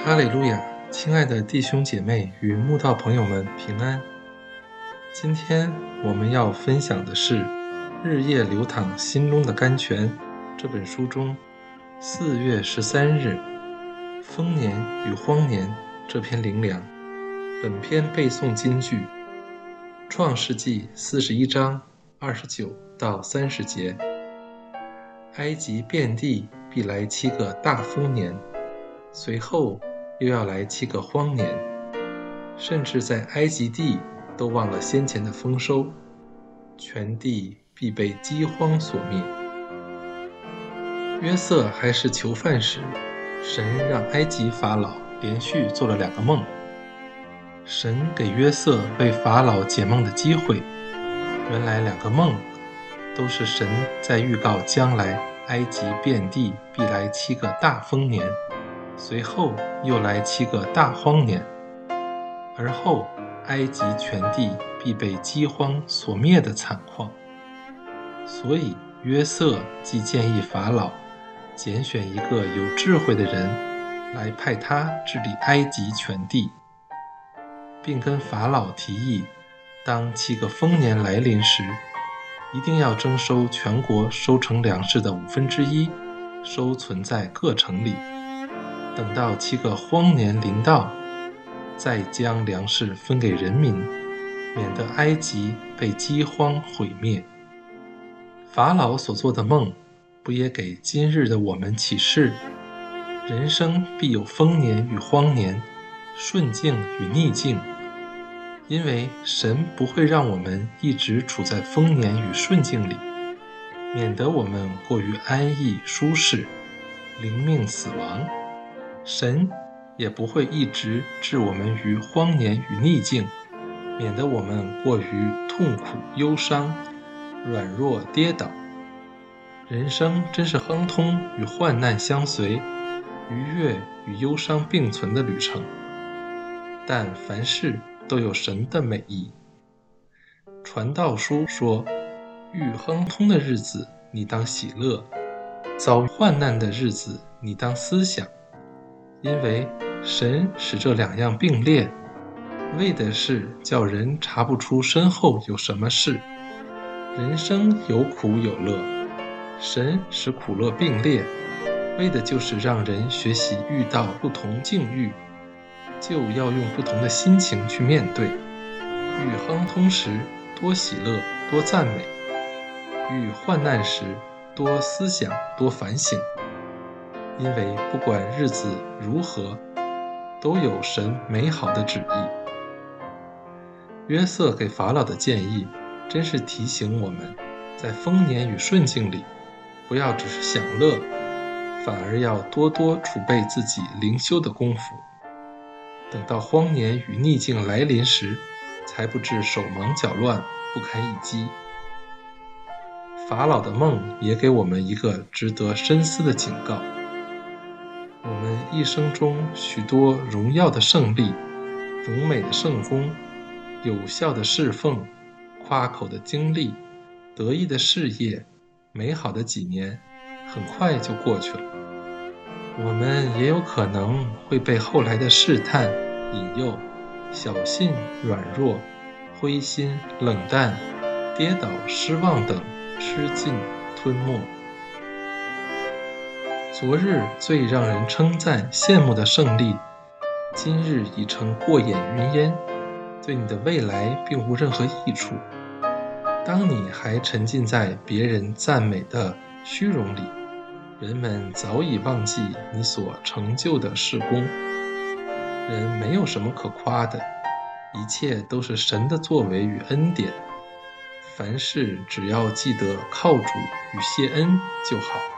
哈利路亚，亲爱的弟兄姐妹与慕道朋友们平安。今天我们要分享的是《日夜流淌心中的甘泉》这本书中4月13日丰年与荒年这篇灵粮。本篇背诵金句创世纪41章29到30节。埃及遍地必来7个大丰年，随后又要来7个荒年，甚至在埃及地都忘了先前的丰收，全地必被饥荒所灭。约瑟还是囚犯时，神让埃及法老连续做了2个梦。神给约瑟为法老解梦的机会，原来2个梦都是神在预告将来埃及遍地必来7个大丰年，随后又来7个大荒年，而后埃及全地必被饥荒所灭的惨况。所以约瑟既建议法老拣选一个有智慧的人来派他治理埃及全地，并跟法老提议，当7个丰年来临时，一定要征收全国收成粮食的1/5，收存在各城里，等到7个荒年临到，再将粮食分给人民，免得埃及被饥荒毁灭。法老所做的梦，不也给今日的我们启示，人生必有丰年与荒年，顺境与逆境，因为神不会让我们一直处在丰年与顺境里，免得我们过于安逸舒适，灵命死亡。神也不会一直置我们于荒年与逆境，免得我们过于痛苦忧伤，软弱跌倒。人生真是亨通与患难相随，愉悦与忧伤并存的旅程，但凡事都有神的美意。传道书说，遇亨通的日子你当喜乐，遭患难的日子你当思想，因为神使这2样并列，为的是叫人查不出身后有什么事。人生有苦有乐，神使苦乐并列，为的就是让人学习遇到不同境遇，就要用不同的心情去面对。遇亨通时多喜乐多赞美，遇患难时多思想多反省，因为不管日子如何，都有神美好的旨意。约瑟给法老的建议真是提醒我们，在丰年与顺境里，不要只是享乐，反而要多多储备自己灵修的功夫，等到荒年与逆境来临时，才不致手忙脚乱，不堪一击。法老的梦也给我们一个值得深思的警告，我们一生中许多荣耀的胜利，荣美的圣功，有效的侍奉，夸口的经历，得意的事业，美好的几年，很快就过去了。我们也有可能会被后来的试探、引诱、小信、软弱、灰心、冷淡、跌倒、失望等吃尽吞没。昨日最让人称赞羡慕的胜利，今日已成过眼云烟，对你的未来并无任何益处。当你还沉浸在别人赞美的虚荣里，人们早已忘记你所成就的事功。人没有什么可夸的，一切都是神的作为与恩典，凡事只要记得靠主与谢恩就好。